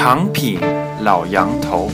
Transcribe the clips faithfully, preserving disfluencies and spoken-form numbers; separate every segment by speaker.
Speaker 1: 长品老杨头。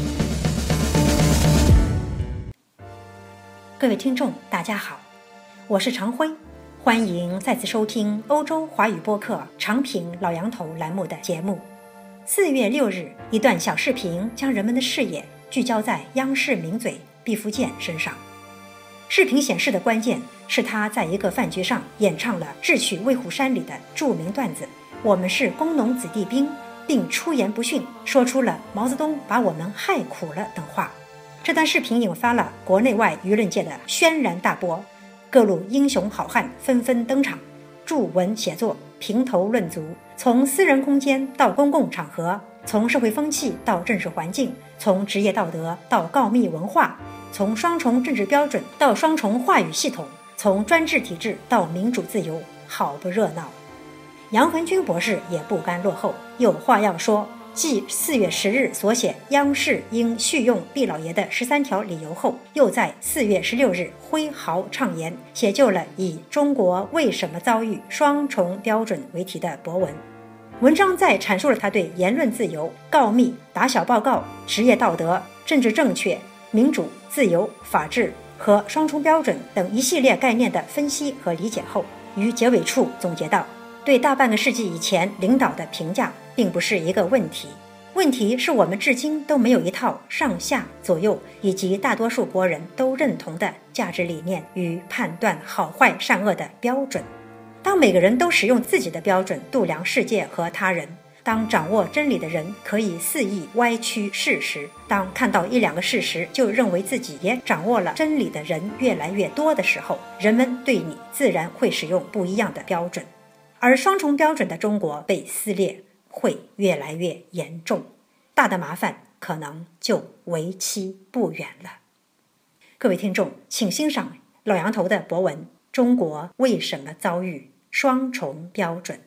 Speaker 2: 各位听众大家好，我是常辉，欢迎再次收听欧洲华语播客长品老杨头栏目的节目。四月六日，一段小视频将人们的视野聚焦在央视名嘴毕福剑身上。视频显示的关键是他在一个饭局上演唱了《智取威虎山》里的著名段子我们是工农子弟兵，并出言不逊，说出了毛泽东把我们害苦了等话。这段视频引发了国内外舆论界的轩然大波，各路英雄好汉纷纷登场，著文写作，评头论足，从私人空间到公共场合，从社会风气到政治环境，从职业道德到告密文化，从双重政治标准到双重话语系统，从专制体制到民主自由，好不热闹。杨恒军博士也不甘落后，有话要说。继四月十日所写央视应续用毕老爷的十三条理由后，又在四月十六日挥毫畅言，写就了以中国为什么遭遇双重标准为题的博文。文章在阐述了他对言论自由、告密、打小报告、职业道德、政治正确、民主、自由、法治和双重标准等一系列概念的分析和理解后，于结尾处总结道，对大半个世纪以前领导的评价并不是一个问题，问题是我们至今都没有一套上下左右以及大多数国人都认同的价值理念与判断好坏善恶的标准。当每个人都使用自己的标准度量世界和他人，当掌握真理的人可以肆意歪曲事实，当看到一两个事实就认为自己也掌握了真理的人越来越多的时候，人们对你自然会使用不一样的标准，而双重标准的中国被撕裂会越来越严重，大的麻烦可能就为期不远了。各位听众，请欣赏老杨头的博文《中国为什么遭遇双重标准》。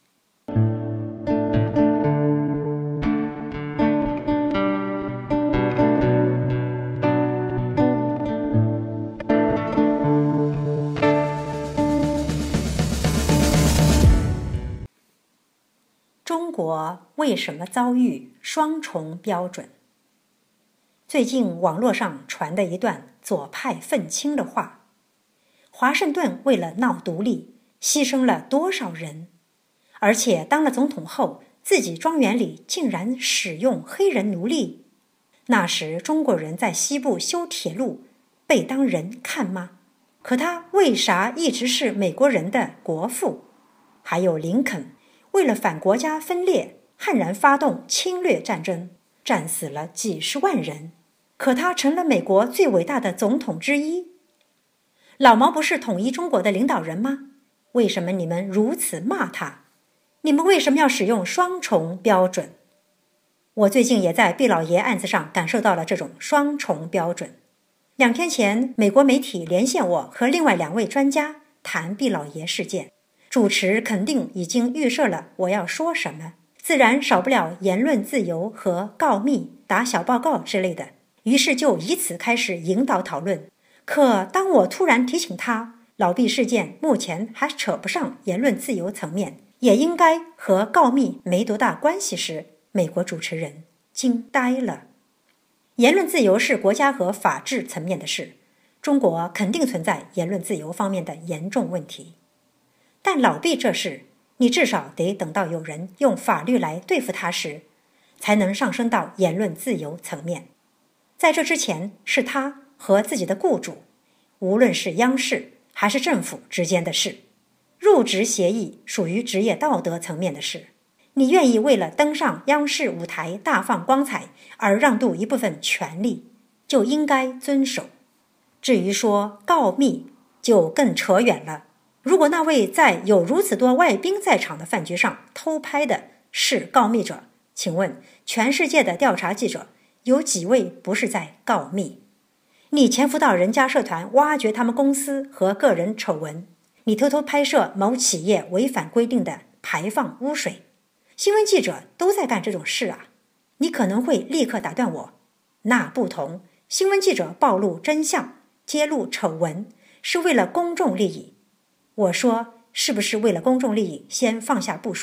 Speaker 2: 中国为什么遭遇双重标准？最近网络上传的一段左派愤青的话：华盛顿为了闹独立，牺牲了多少人？而且当了总统后，自己庄园里竟然使用黑人奴隶。那时中国人在西部修铁路，被当人看吗？可他为啥一直是美国人的国父？还有林肯，为了反国家分裂，悍然发动侵略战争，战死了几十万人，可他成了美国最伟大的总统之一。老毛不是统一中国的领导人吗？为什么你们如此骂他？你们为什么要使用双重标准？我最近也在毕老爷案子上感受到了这种双重标准。两天前，美国媒体连线我和另外两位专家谈毕老爷事件，主持肯定已经预设了我要说什么，自然少不了言论自由和告密、打小报告之类的，于是就以此开始引导讨论。可当我突然提醒他，老毕事件目前还扯不上言论自由层面，也应该和告密没多大关系时，美国主持人惊呆了。言论自由是国家和法治层面的事，中国肯定存在言论自由方面的严重问题。但老毕这事，你至少得等到有人用法律来对付他时，才能上升到言论自由层面。在这之前，是他和自己的雇主，无论是央视还是政府之间的事。入职协议属于职业道德层面的事，你愿意为了登上央视舞台大放光彩而让渡一部分权利，就应该遵守。至于说告密，就更扯远了。如果那位在有如此多外宾在场的饭局上偷拍的是告密者，请问全世界的调查记者有几位不是在告密？你潜伏到人家社团挖掘他们公司和个人丑闻，你偷偷拍摄某企业违反规定的排放污水，新闻记者都在干这种事啊！你可能会立刻打断我，那不同，新闻记者暴露真相、揭露丑闻是为了公众利益。我说是不是为了公众利益，先放下不说，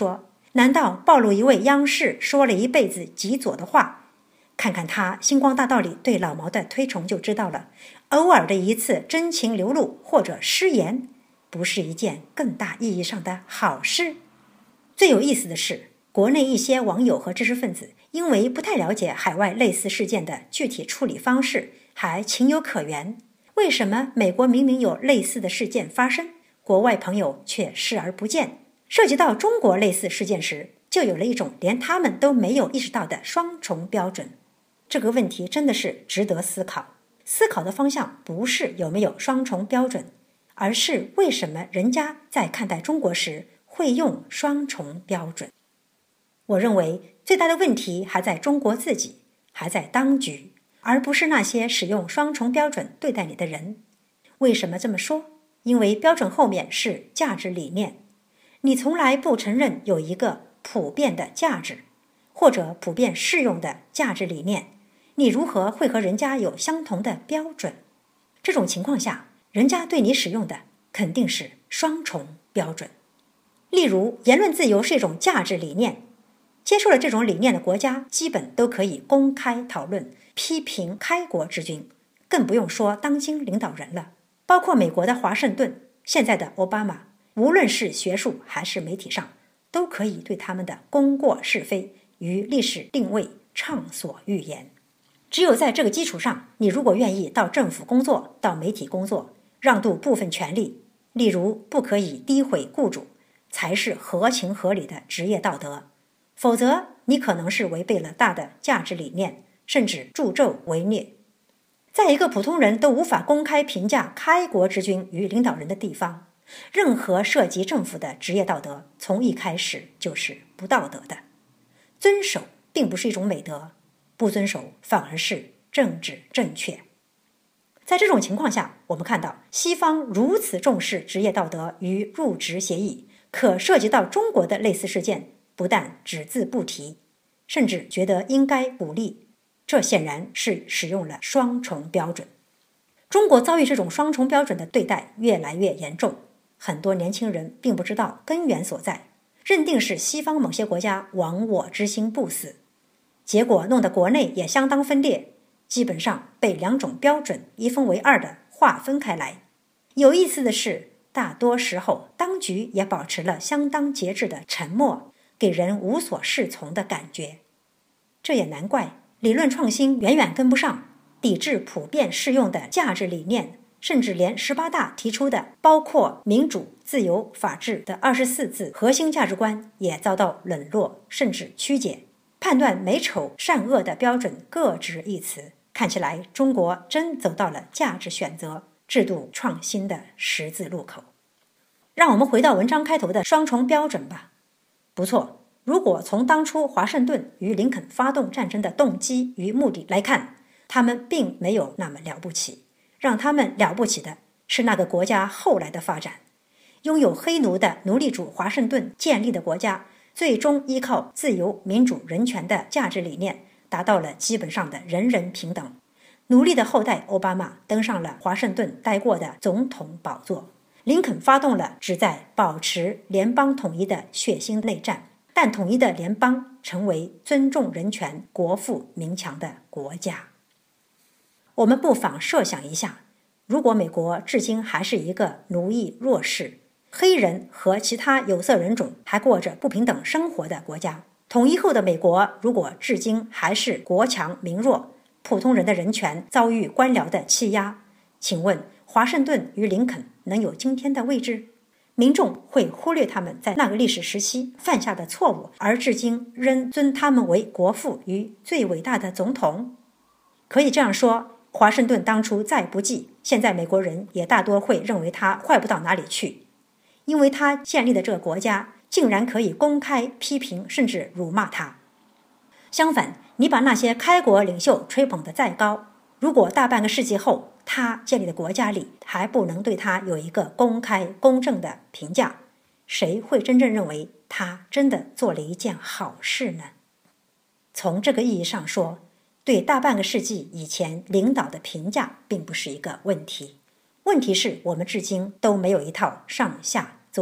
Speaker 2: 难道暴露一位央视说了一辈子极左的话，看看他星光大道里对老毛的推崇就知道了，偶尔的一次真情流露或者失言，不是一件更大意义上的好事？最有意思的是，国内一些网友和知识分子因为不太了解海外类似事件的具体处理方式，还情有可原。为什么美国明明有类似的事件发生，国外朋友却视而不见？涉及到中国类似事件时，就有了一种连他们都没有意识到的双重标准。这个问题真的是值得思考。思考的方向不是有没有双重标准，而是为什么人家在看待中国时会用双重标准。我认为最大的问题还在中国自己，还在当局，而不是那些使用双重标准对待你的人。为什么这么说？因为标准后面是价值理念，你从来不承认有一个普遍的价值，或者普遍适用的价值理念，你如何会和人家有相同的标准？这种情况下，人家对你使用的肯定是双重标准。例如，言论自由是一种价值理念，接受了这种理念的国家基本都可以公开讨论批评开国之君，更不用说当今领导人了，包括美国的华盛顿，现在的奥巴马，无论是学术还是媒体上，都可以对他们的功过是非与历史定位畅所欲言。只有在这个基础上，你如果愿意到政府工作，到媒体工作，让渡部分权利，例如不可以诋毁雇主，才是合情合理的职业道德。否则你可能是违背了大的价值理念，甚至助纣为虐。在一个普通人都无法公开评价开国之君与领导人的地方，任何涉及政府的职业道德从一开始就是不道德的。遵守并不是一种美德，不遵守反而是政治正确。在这种情况下，我们看到西方如此重视职业道德与入职协议，可涉及到中国的类似事件不但只字不提，甚至觉得应该鼓励，这显然是使用了双重标准。中国遭遇这种双重标准的对待越来越严重，很多年轻人并不知道根源所在，认定是西方某些国家亡我之心不死，结果弄得国内也相当分裂，基本上被两种标准一分为二的划分开来。有意思的是，大多时候当局也保持了相当节制的沉默，给人无所适从的感觉。这也难怪，理论创新远远跟不上，抵制普遍适用的价值理念，甚至连十八大提出的包括民主、自由、法治的二十四字核心价值观也遭到冷落，甚至曲解。判断美丑善恶的标准各执一词，看起来中国真走到了价值选择、制度创新的十字路口。让我们回到文章开头的双重标准吧。不错，如果从当初华盛顿与林肯发动战争的动机与目的来看，他们并没有那么了不起。让他们了不起的是那个国家后来的发展。拥有黑奴的奴隶主华盛顿建立的国家，最终依靠自由、民主、人权的价值理念，达到了基本上的人人平等。奴隶的后代奥巴马登上了华盛顿待过的总统宝座。林肯发动了旨在保持联邦统一的血腥内战，但统一的联邦成为尊重人权、国富民强的国家。我们不妨设想一下，如果美国至今还是一个奴役弱势、黑人和其他有色人种还过着不平等生活的国家，统一后的美国如果至今还是国强民弱，普通人的人权遭遇官僚的欺压，请问华盛顿与林肯能有今天的位置？民众会忽略他们在那个历史时期犯下的错误，而至今仍尊他们为国父与最伟大的总统？可以这样说，华盛顿当初再不济，现在美国人也大多会认为他坏不到哪里去，因为他建立的这个国家竟然可以公开批评甚至辱骂他。相反，你把那些开国领袖吹捧得再高，如果大半个世纪后他建立的国家里还不能对他有一个公开公正的评价，谁会真正认为他真的做了一件好事呢？从这个意义上说，对大半个世纪以前领导的评价并不是一个问题，问题是我们至今都没有一套上下左右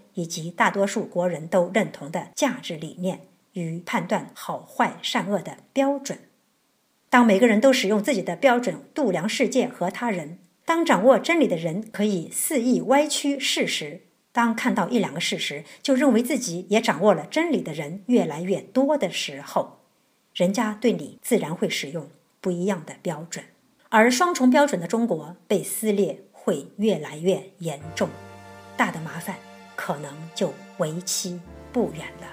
Speaker 2: 以及大多数国人都认同的价值理念与判断好坏善恶的标准。当每个人都使用自己的标准度量世界和他人，当掌握真理的人可以肆意歪曲事实，当看到一两个事实就认为自己也掌握了真理的人越来越多的时候，人家对你自然会使用不一样的标准，而双重标准的中国被撕裂会越来越严重，大的麻烦可能就为期不远了。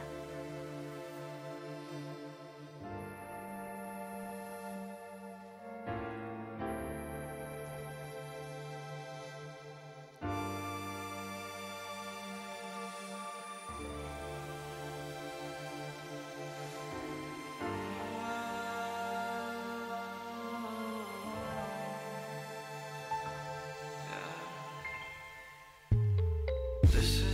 Speaker 3: This